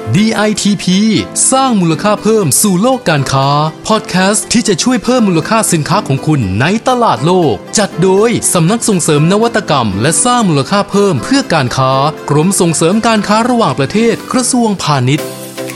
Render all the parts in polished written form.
DITP สร้างมูลค่าเพิ่มสู่โลกการค้าพอดแคสต์ที่จะช่วยเพิ่มมูลค่าสินค้าของคุณในตลาดโลกจัดโดยสำนักส่งเสริมนวัตกรรมและสร้างมูลค่าเพิ่มเพื่อการค้ากรมส่งเสริมการค้าระหว่างประเทศกระทรวงพาณิชย์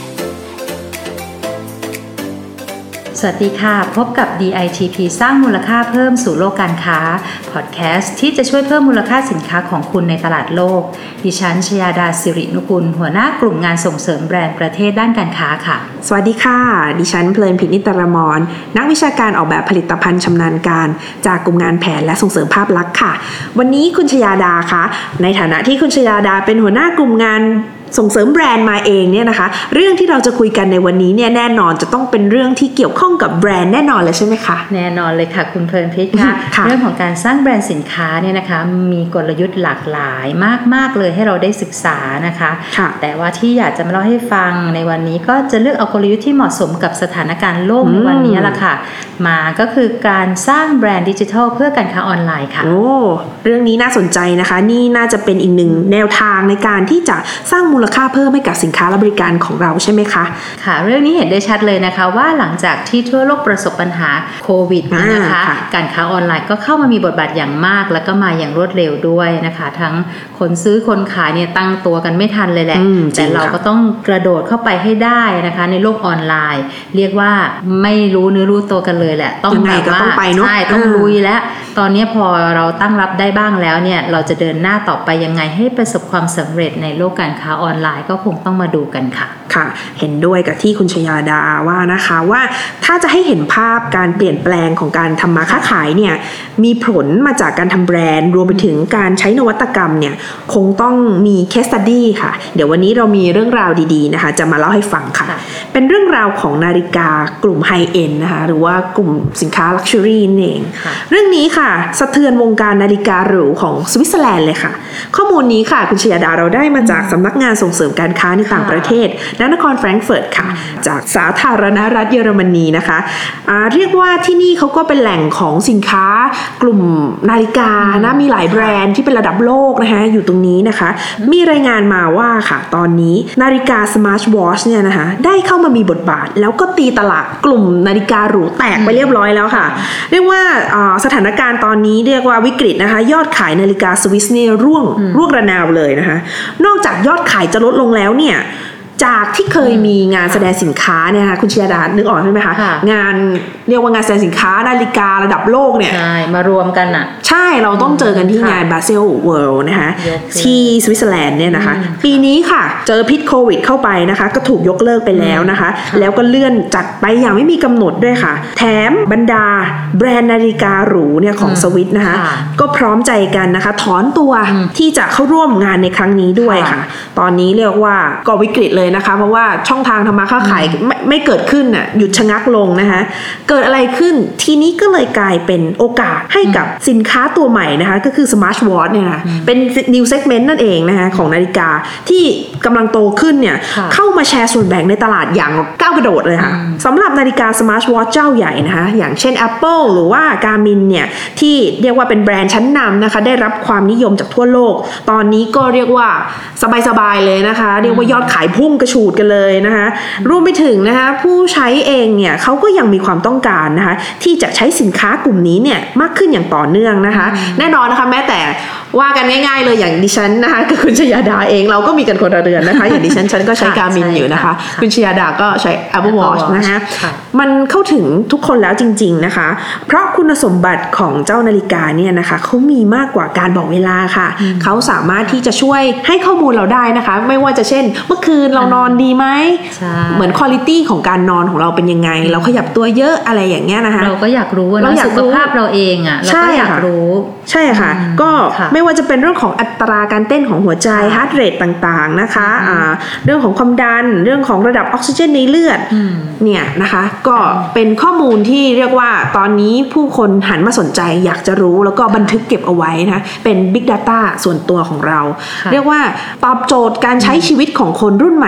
สวัสดีค่ะพบกับ DITP สร้างมูลค่าเพิ่มสู่โลกการค้าพอดแคสต์ที่จะช่วยเพิ่มมูลค่าสินค้าของคุณในตลาดโลกดิฉันชยาดาสิรินุกุลหัวหน้ากลุ่มงานส่งเสริมแบรนด์ประเทศด้านการค้าค่ะสวัสดีค่ะดิฉันเพลินพินิจตรมรนักวิชาการออกแบบผลิตภัณฑ์ชำนาญการจากกลุ่มงานแผนและส่งเสริมภาพลักษณ์ค่ะวันนี้คุณชยาดาคะในฐานะที่คุณชยาดาเป็นหัวหน้ากลุ่มงานส่งเสริมแบรนด์มาเองเนี่ยนะคะเรื่องที่เราจะคุยกันในวันนี้เนี่ยแน่นอนจะต้องเป็นเรื่องที่เกี่ยวข้องกับแบรนด์แน่นอนเลยใช่ไหมคะแน่นอนเลยค่ะคุณเพลินพิษค่ะเรื่องของการสร้างแบรนด์สินค้าเนี่ยนะคะมีกลยุทธ์หลากหลายมากๆเลยให้เราได้ศึกษานะคะแต่ว่าที่อยากจะมาเล่าให้ฟังในวันนี้ก็จะเลือกเอากลยุทธ์ที่เหมาะสมกับสถานการณ์โลกในวันนี้ละค่ะมาก็คือการสร้างแบรนด์ดิจิทัลเพื่อการค้าออนไลน์ค่ะโอ้เรื่องนี้น่าสนใจนะคะนี่น่าจะเป็นอีกหนึ่งแนวทางในการที่จะสร้างมูลค่าเพิ่มให้กับสินค้าและบริการของเราใช่ไหมคะค่ะเรื่องนี้เห็นได้ชัดเลยนะคะว่าหลังจากที่ทั่วโลกประสบปัญหาโควิดนะคะการค้าออนไลน์ก็เข้ามามีบทบาทอย่างมากแล้วก็มาอย่างรวดเร็วด้วยนะคะทั้งคนซื้อคนขายเนี่ยตั้งตัวกันไม่ทันเลยแหละแต่เราก็ต้องกระโดดเข้าไปให้ได้นะคะในโลกออนไลน์เรียกว่าไม่รู้เนื้อรู้ตัวกันเลยแหละต้องแบบว่าใช่ต้องลุยแล้วตอนนี้พอเราตั้งรับได้บ้างแล้วเนี่ยเราจะเดินหน้าต่อไปยังไงให้ประสบความสำเร็จในโลกการค้าออนไลน์ก็คงต้องมาดูกันค่ะค่ะเห็นด้วยกับที่คุณชยาดาว่านะคะว่าถ้าจะให้เห็นภาพการเปลี่ยนแปลงของการทำมาค้าขายเนี่ยมีผลมาจากการทำแบรนด์รวมไปถึงการใช้นวัตกรรมเนี่ยคงต้องมี case study ค่ะเดี๋ยววันนี้เรามีเรื่องราวดีๆนะคะจะมาเล่าให้ฟังค่ะเป็นเรื่องราวของนาฬิกากลุ่ม High End นะคะหรือว่ากลุ่มสินค้า Luxury นั่นเองเรื่องนี้ค่ะสะเทือนวงการนาฬิกาหรูของสวิตเซอร์แลนด์เลยค่ะข้อมูลนี้ค่ะคุณชยาดาเราได้มาจากสำนักงานส่งเสริมการค้าในต่างประเทศนครแฟรงก์เฟิร์ตค่ะจากสาธารณรัฐเยอรมนีนะคะเรียกว่าที่นี่เขาก็เป็นแหล่งของสินค้ากลุ่มนาฬิกานะมีหลายแบรนด์ที่เป็นระดับโลกนะคะอยู่ตรงนี้นะคะมีรายงานมาว่าค่ะตอนนี้นาฬิกาสมาร์ทวอชเนี่ยนะคะได้เข้ามามีบทบาทแล้วก็ตีตลาดกลุ่มนาฬิกาหรูแตกไปเรียบร้อยแล้วค่ะเรียกว่าสถานการณ์ตอนนี้เรียกว่าวิกฤตนะคะยอดขายนาฬิกาสวิสเนี่ยร่วงระนาวเลยนะคะนอกจากยอดขายจะลดลงแล้วเนี่ยจากที่เคยมีงานแสดงสินค้าเนี่ยค่ะคุณชยาดานึกออกใช่ไหมคะงานเรียกว่างานแสดงสินค้านาฬิการะดับโลกเนี่ยใช่มารวมกันอ่ะใช่เราต้องเจอกันที่งาน Basel World นะคะที่สวิตเซอร์แลนด์เนี่ยนะคะปีนี้ค่ะเจอพิษโควิดเข้าไปนะคะก็ถูกยกเลิกไปแล้วนะคะแล้วก็เลื่อนจัดไปอย่างไม่มีกำหนดด้วยค่ะแถมบรรดาแบรนด์นาฬิกาหรูเนี่ยของสวิตนะคะก็พร้อมใจกันนะคะถอนตัวที่จะเข้าร่วมงานในครั้งนี้ด้วยค่ะตอนนี้เรียกว่าก็วิกฤตเลยนะคะเพราะว่าช่องทางทำมาค้าขายไม่เกิดขึ้นน่ะหยุดชะงักลงนะคะเกิดอะไรขึ้นทีนี้ก็เลยกลายเป็นโอกาสให้กับสินค้าตัวใหม่นะคะก็คือ Smart Watch เนี่ยนะเป็น New Segment นั่นเองนะคะของนาฬิกาที่กำลังโตขึ้นเนี่ยเข้ามาแชร์ส่วนแบ่งในตลาดอย่างก้าวกระโดดเลยค่ะสำหรับนาฬิกา Smart Watch เจ้าใหญ่นะคะอย่างเช่น Apple หรือว่า Garmin เนี่ยที่เรียกว่าเป็นแบรนด์ชั้นนำนะคะได้รับความนิยมจากทั่วโลกตอนนี้ก็เรียกว่าสบายๆเลยนะคะเรียกว่ายอดขายพุ่งกระฉูดกันเลยนะคะรวมไปถึงนะคะผู้ใช้เองเนี่ยเขาก็ยังมีความต้องการนะคะที่จะใช้สินค้ากลุ่มนี้เนี่ยมากขึ้นอย่างต่อเนื่องนะคะแน่นอนนะคะแม้แต่ว่ากันง่ายๆเลยอย่างดิฉันนะคะกับคุณชยาดาเองเราก็มีกันคนละเรือนนะคะอย่างดิฉันก็ใช้ Garmin อยู่นะคะคุณชยาดาก็ใช้ Apple Watch นะคะมันเข้าถึงทุกคนแล้วจริงๆนะคะเพราะคุณสมบัติของเจ้านาฬิกาเนี่ยนะคะเขามีมากกว่าการบอกเวลาค่ะเขาสามารถที่จะช่วยให้ข้อมูลเราได้นะคะไม่ว่าจะเช่นเมื่อคืนเรานอนดีไหมเหมือนคุณภาพของการนอนของเราเป็นยังไงเราขยับตัวเยอะอะไรอย่างเงี้ยนะคะเราก็อยากรู้ว่าสุขภาพเราเองอ่ะเราก็อยากรู้ใช่ค่ะก็ไม่ว่าจะเป็นเรื่องของอัตราการเต้นของหัวใจฮาร์ทเรทต่างๆนะคะเรื่องของความดันเรื่องของระดับออกซิเจนในเลือดเนี่ยนะคะก็เป็นข้อมูลที่เรียกว่าตอนนี้ผู้คนหันมาสนใจอยากจะรู้แล้วก็บันทึกเก็บเอาไว้นะคะเป็น Big Data ส่วนตัวของเราเรียกว่าตอบโจทย์การใช้ชีวิตของคนรุ่นใหม่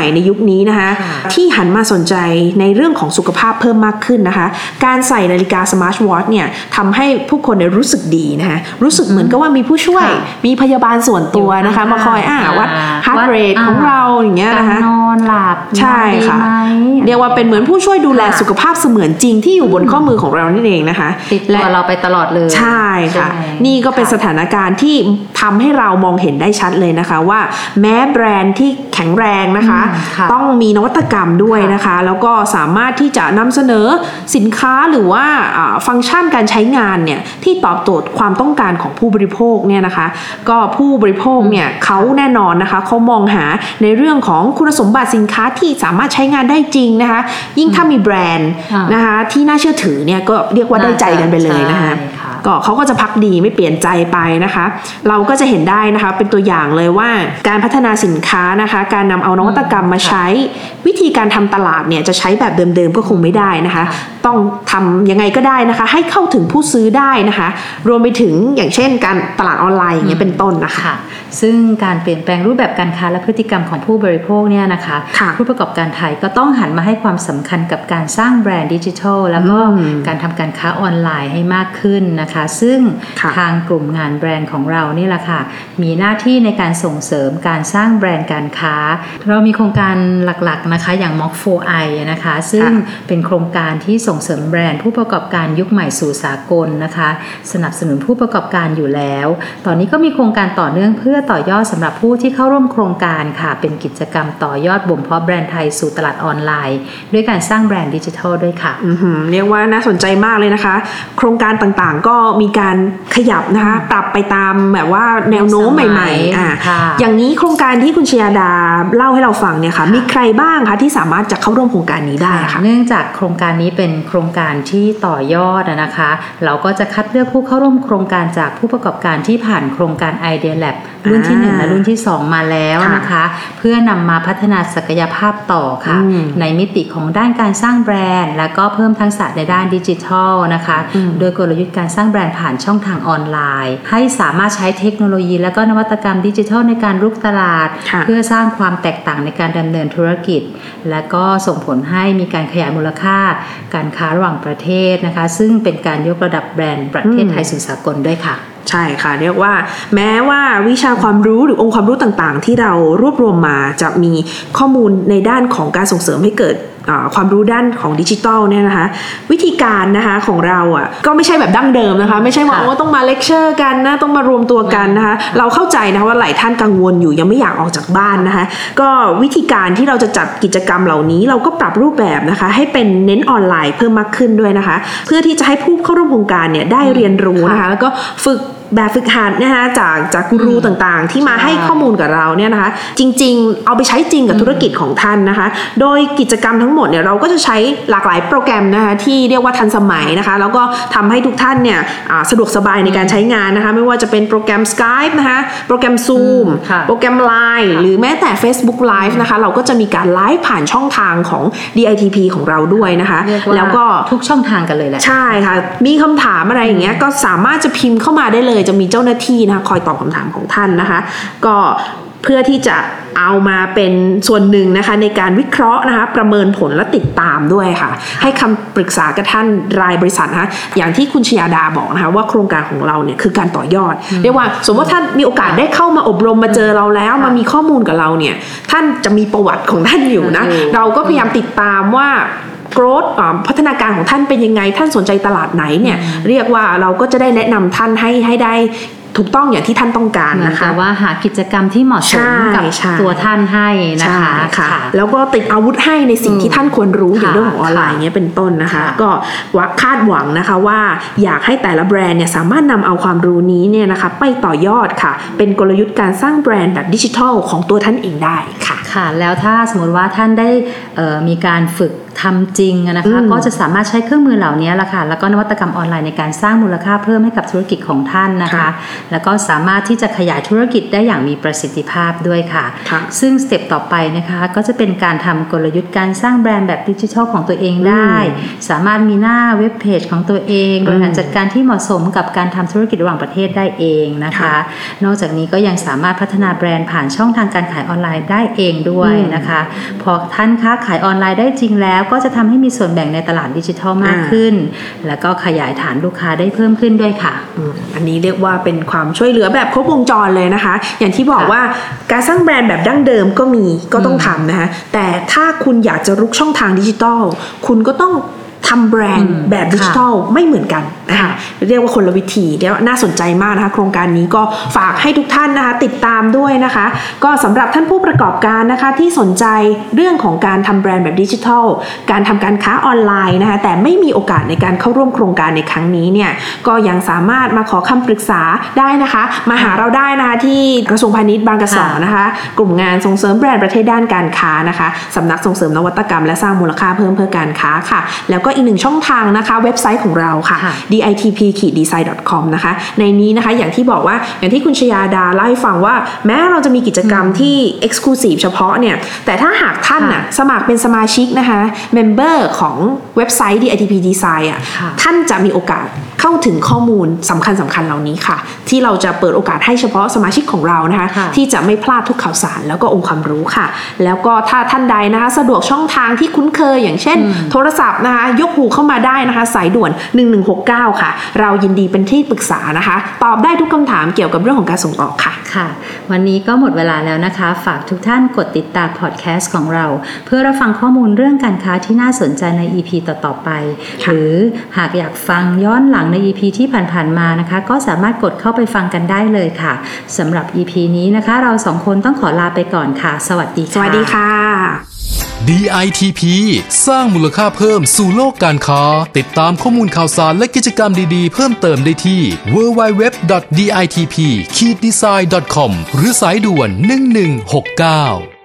ในยุคนี้นะคะที่หันมาสนใจในเรื่องของสุขภาพเพิ่มมากขึ้นนะคะการใส่นาฬิกาสมาร์ทวอทช์เนี่ยทำให้ผู้คนรู้สึกดีนะคะรู้สึกเหมือนกับว่ามีผู้ช่วยมีพยาบาลส่วนตัวนะคะมาคอยวัดฮาร์ทเรทของเราอย่างเงี้ยนะคะนอนหลับใช่ค่ะเรียกว่าเป็นเหมือนผู้ช่วยดูแลสุขภาพเสมือนจริงที่อยู่บนข้อมือของเรานี่เองนะคะติดตัวเราไปตลอดเลยใช่ค่ะนี่ก็เป็นสถานการณ์ที่ทำให้เรามองเห็นได้ชัดเลยนะคะว่าแม้แบรนด์ที่แข็งแรงนะคะต้องมีนวัตกรรมด้วยนะคะแล้วก็สามารถที่จะนำเสนอสินค้าหรือว่าฟังก์ชันการใช้งานเนี่ยที่ตอบโจทย์ความต้องการของผู้บริโภคเนี่ยนะคะก็ผู้บริโภคเนี่ยเขาแน่นอนนะคะเขามองหาในเรื่องของคุณสมบัติสินค้าที่สามารถใช้งานได้จริงนะคะยิ่งถ้ามีแบรนด์นะคะที่น่าเชื่อถือเนี่ยก็เรียกว่าได้ใจกันไปเลยนะคะก็เขาก็จะพักดีไม่เปลี่ยนใจไปนะคะเราก็จะเห็นได้นะคะเป็นตัวอย่างเลยว่าการพัฒนาสินค้านะคะการนำเอานวัตกรรมมาใช้วิธีการทำตลาดเนี่ยจะใช้แบบเดิมๆก็คงไม่ได้นะคะต้องทำยังไงก็ได้นะคะให้เข้าถึงผู้ซื้อได้นะคะรวมไปถึงอย่างเช่นการตลาดออนไลน์อย่างเงี้ยเป็นต้นนะคะซึ่งการเปลี่ยนแปลงรูปแบบการค้าและพฤติกรรมของผู้บริโภคเนี่ยนะคะผู้ประกอบการไทยก็ต้องหันมาให้ความสำคัญกับการสร้างแบรนด์ดิจิทัลแล้วก็การทำการค้าออนไลน์ให้มากขึ้นนะคะซึ่งทางกลุ่มงานแบรนด์ของเรานี่แหละค่ะมีหน้าที่ในการส่งเสริมการสร้างแบรนด์การค้าเรามีโครงการหลักๆนะคะอย่าง Mock 4i นะคะซึ่งเป็นโครงการที่ส่งเสริมแบรนด์ผู้ประกอบการยุคใหม่สู่สากลนะคะสนับสนุนผู้ประกอบการอยู่แล้วตอนนี้ก็มีโครงการต่อเนื่องเพื่อต่อยอดสำหรับผู้ที่เข้าร่วมโครงการค่ะเป็นกิจกรรมต่อยอดบ่มเพาะแบรนด์ไทยสู่ตลาดออนไลน์ด้วยการสร้างแบรนด์ดิจิทัลด้วยค่ะเรียกว่าน่าสนใจมากเลยนะคะโครงการต่างๆก็มีการขยับนะคะปรับไปตามแบบว่าแนวโน้มใหม่ๆอย่างนี้โครงการที่คุณชยาดาเล่าให้เราฟังเนี่ยค่ะมีใครบ้างคะที่สามารถจะเข้าร่วมโครงการนี้ได้ค่ะเนื่องจากโครงการนี้เป็นโครงการที่ต่อยอดนะคะเราก็จะคัดเลือกผู้เข้าร่วมโครงการจากผู้ประกอบการที่ผ่านโครงการ Idea Lab รุ่นที่1และรุ่นที่2มาแล้วนะคะเพื่อนำมาพัฒนาศักยภาพต่อค่ะในมิติของด้านการสร้างแบรนด์และก็เพิ่มทักษะในด้านดิจิทัลนะคะโดยกลยุทธ์การสร้างแบรนด์ผ่านช่องทางออนไลน์ให้สามารถใช้เทคโนโลยีและก็นวัตกรรมดิจิทัลในการรุกตลาดเพื่อสร้างความแตกต่างในการดำเนินธุรกิจและก็ส่งผลให้มีการขยายมูลค่าการค้าระหว่างประเทศนะคะซึ่งเป็นการยกระดับแบรนด์ประเทศไทยสู่สากลด้วยค่ะใช่ค่ะเรียกว่าแม้ว่าวิชาความรู้หรือองค์ความรู้ต่างๆที่เรารวบรวมมาจะมีข้อมูลในด้านของการส่งเสริมให้เกิดความรู้ด้านของดิจิทัลเนี่ยนะคะวิธีการนะคะของเราก็ไม่ใช่แบบดั้งเดิมนะคะไม่ใช่ว่าต้องมาเลคเชอร์กันนะต้องมารวมตัวกันนะคะเราเข้าใจนะคะว่าหลายท่านกังวลอยู่ยังไม่อยากออกจากบ้านนะคะก็วิธีการที่เราจะจัดกิจกรรมเหล่านี้เราก็ปรับรูปแบบนะคะให้เป็นเน้นออนไลน์เพิ่มมากขึ้นด้วยนะคะเพื่อที่จะให้ผู้เข้าร่วมโครงการเนี่ยได้เรียนรู้นะคะแล้วก็ฝึกแบบฝึกหัดนะคะจากกูรูต่างๆที่มาให้ข้อมูลกับเราเนี่ยนะคะจริงๆเอาไปใช้จริงกับธุรกิจของท่านนะคะโดยกิจกรรมทั้งหมดเนี่ยเราก็จะใช้หลากหลายโปรแกรมนะคะที่เรียกว่าทันสมัยนะคะแล้วก็ทำให้ทุกท่านเนี่ยสะดวกสบายในการใช้งานนะคะไม่ว่าจะเป็นโปรแกรม Skype นะคะโปรแกรม Zoom โปรแกรม Line หรือแม้แต่ Facebook Live นะคะเราก็จะมีการไลฟ์ผ่านช่องทางของ DITP ของเราด้วยนะคะแล้วก็ทุกช่องทางกันเลยแหละใช่ค่ะมีคำถามอะไรอย่างเงี้ยก็สามารถจะพิมพ์เข้ามาได้เลยจะมีเจ้าหน้าที่นะคะคอยตอบคำถามของท่านนะคะก็เพื่อที่จะเอามาเป็นส่วนหนึ่งนะคะในการวิเคราะห์นะคะประเมินผลและติดตามด้วยค่ะให้คำปรึกษากับท่านรายบริษัทนะคะอย่างที่คุณชยาดาบอกนะคะว่าโครงการของเราเนี่ยคือการต่อยอดเรียกว่าสมมติว่าท่านมีโอกาสได้เข้ามาอบรมมาเจอเราแล้วมามีข้อมูลกับเราเนี่ยท่านจะมีประวัติของท่านอยู่นะเราก็พยายามติดตามว่าgrowth พัฒนาการของท่านเป็นยังไงท่านสนใจตลาดไหนเนี่ยเรียกว่าเราก็จะได้แนะนำท่านให้ได้ถูกต้องอย่างที่ท่านต้องการนะคะแต่ว่าหากิจกรรมที่เหมาะสมกับตัวท่านให้นะคะแล้วก็ติดอาวุธให้ในสิ่งที่ท่านควรรู้อย่างเรื่องของออนไลน์เงี้ยเป็นต้นนะคะก็คาดหวังนะคะว่าอยากให้แต่ละแบรนด์เนี่ยสามารถนำเอาความรู้นี้เนี่ยนะคะไปต่อยอดค่ะเป็นกลยุทธ์การสร้างแบรนด์แบบดิจิทัลของตัวท่านเองได้ค่ะแล้วถ้าสมมติว่าท่านได้มีการฝึกทำจริงนะคะก็จะสามารถใช้เครื่องมือเหล่านี้ละค่ะแล้วก็นวัตกรรมออนไลน์ในการสร้างมูลค่าเพิ่มให้กับธุรกิจของท่านนะคะแล้วก็สามารถที่จะขยายธุรกิจได้อย่างมีประสิทธิภาพด้วยค่ะซึ่งสเต็ปต่อไปนะคะก็จะเป็นการทำกลยุทธ์การสร้างแบรนด์แบบดิจิทัลของตัวเองได้สามารถมีหน้าเว็บเพจของตัวเองบริหารจัดการที่เหมาะสมกับการทำธุรกิจระหว่างประเทศได้เองนะคะนอกจากนี้ก็ยังสามารถพัฒนาแบรนด์ผ่านช่องทางการขายออนไลน์ได้เองด้วยนะคะพอท่านค้าขายออนไลน์ได้จริงแล้วก็จะทำให้มีส่วนแบ่งในตลาดดิจิทัลมากขึ้นแล้วก็ขยายฐานลูกค้าได้เพิ่มขึ้นด้วยค่ะอันนี้เรียกว่าเป็นความช่วยเหลือแบบครบวงจรเลยนะคะอย่างที่บอกว่าการสร้างแบรนด์แบบดั้งเดิมก็ต้องทำนะคะแต่ถ้าคุณอยากจะรุกช่องทางดิจิทัลคุณก็ต้องทำแบรนด์แบบดิจิทัลไม่เหมือนกันนะคะเรียกว่าคนละวิธีเรียกว่าน่าสนใจมากนะคะโครงการนี้ก็ฝากให้ทุกท่านนะคะติดตามด้วยนะคะก็สำหรับท่านผู้ประกอบการนะคะที่สนใจเรื่องของการทำแบรนด์แบบดิจิทัลการทำการค้าออนไลน์นะคะแต่ไม่มีโอกาสในการเข้าร่วมโครงการในครั้งนี้เนี่ยก็ยังสามารถมาขอคำปรึกษาได้นะคะมาหาเราได้นะคะที่กระทรวงพาณิชย์บางกะสอนะคะกลุ่มงานส่งเสริมแบรนด์ประเทศด้านการค้านะคะสำนักส่งเสริมนวัตกรรมและสร้างมูลค่าเพิ่มเพื่อการค้าค่ะแล้วก็อีกหนึ่งช่องทางนะคะเว็บไซต์ของเราค่ะ ditp-design.com นะคะในนี้นะคะอย่างที่บอกว่าอย่างที่คุณชยาดาเล่าให้ฟังว่าแม้เราจะมีกิจกรรมที่ exclusive เฉพาะเนี่ยแต่ถ้าหากท่านน่ะสมัครเป็นสมาชิกนะคะ member ของเว็บไซต์ ditp design ท่านจะมีโอกาสเข้าถึงข้อมูลสำคัญเหล่านี้ค่ะที่เราจะเปิดโอกาสให้เฉพาะสมาชิกของเรานะคะที่จะไม่พลาดทุกข่าวสารแล้วก็องค์ความรู้ค่ะแล้วก็ถ้าท่านใดนะคะสะดวกช่องทางที่คุ้นเคยอย่างเช่นโทรศัพท์นะคะยกหูเข้ามาได้นะคะสายด่วน1169ค่ะเรายินดีเป็นที่ปรึกษานะคะตอบได้ทุกคำถามเกี่ยวกับเรื่องของการส่งออกค่ะค่ะวันนี้ก็หมดเวลาแล้วนะคะฝากทุกท่านกดติดตามพอดแคสต์ของเราเพื่อรับฟังข้อมูลเรื่องการค้าที่น่าสนใจใน EP ต่อๆไปหรือหากอยากฟังย้อนหลังใน EP ที่ผ่านๆมานะคะก็สามารถกดเข้าไปฟังกันได้เลยค่ะสำหรับ EP นี้นะคะเราสองคนต้องขอลาไปก่อนค่ะสวัสดีค่ะสวัสดีค่ะ DITP สร้างมูลค่าเพิ่มสู่โลกการค้าติดตามข้อมูลข่าวสารและกิจกรรมดีๆเพิ่มเติมได้ที่ www.ditp-design.com หรือสายด่วน1169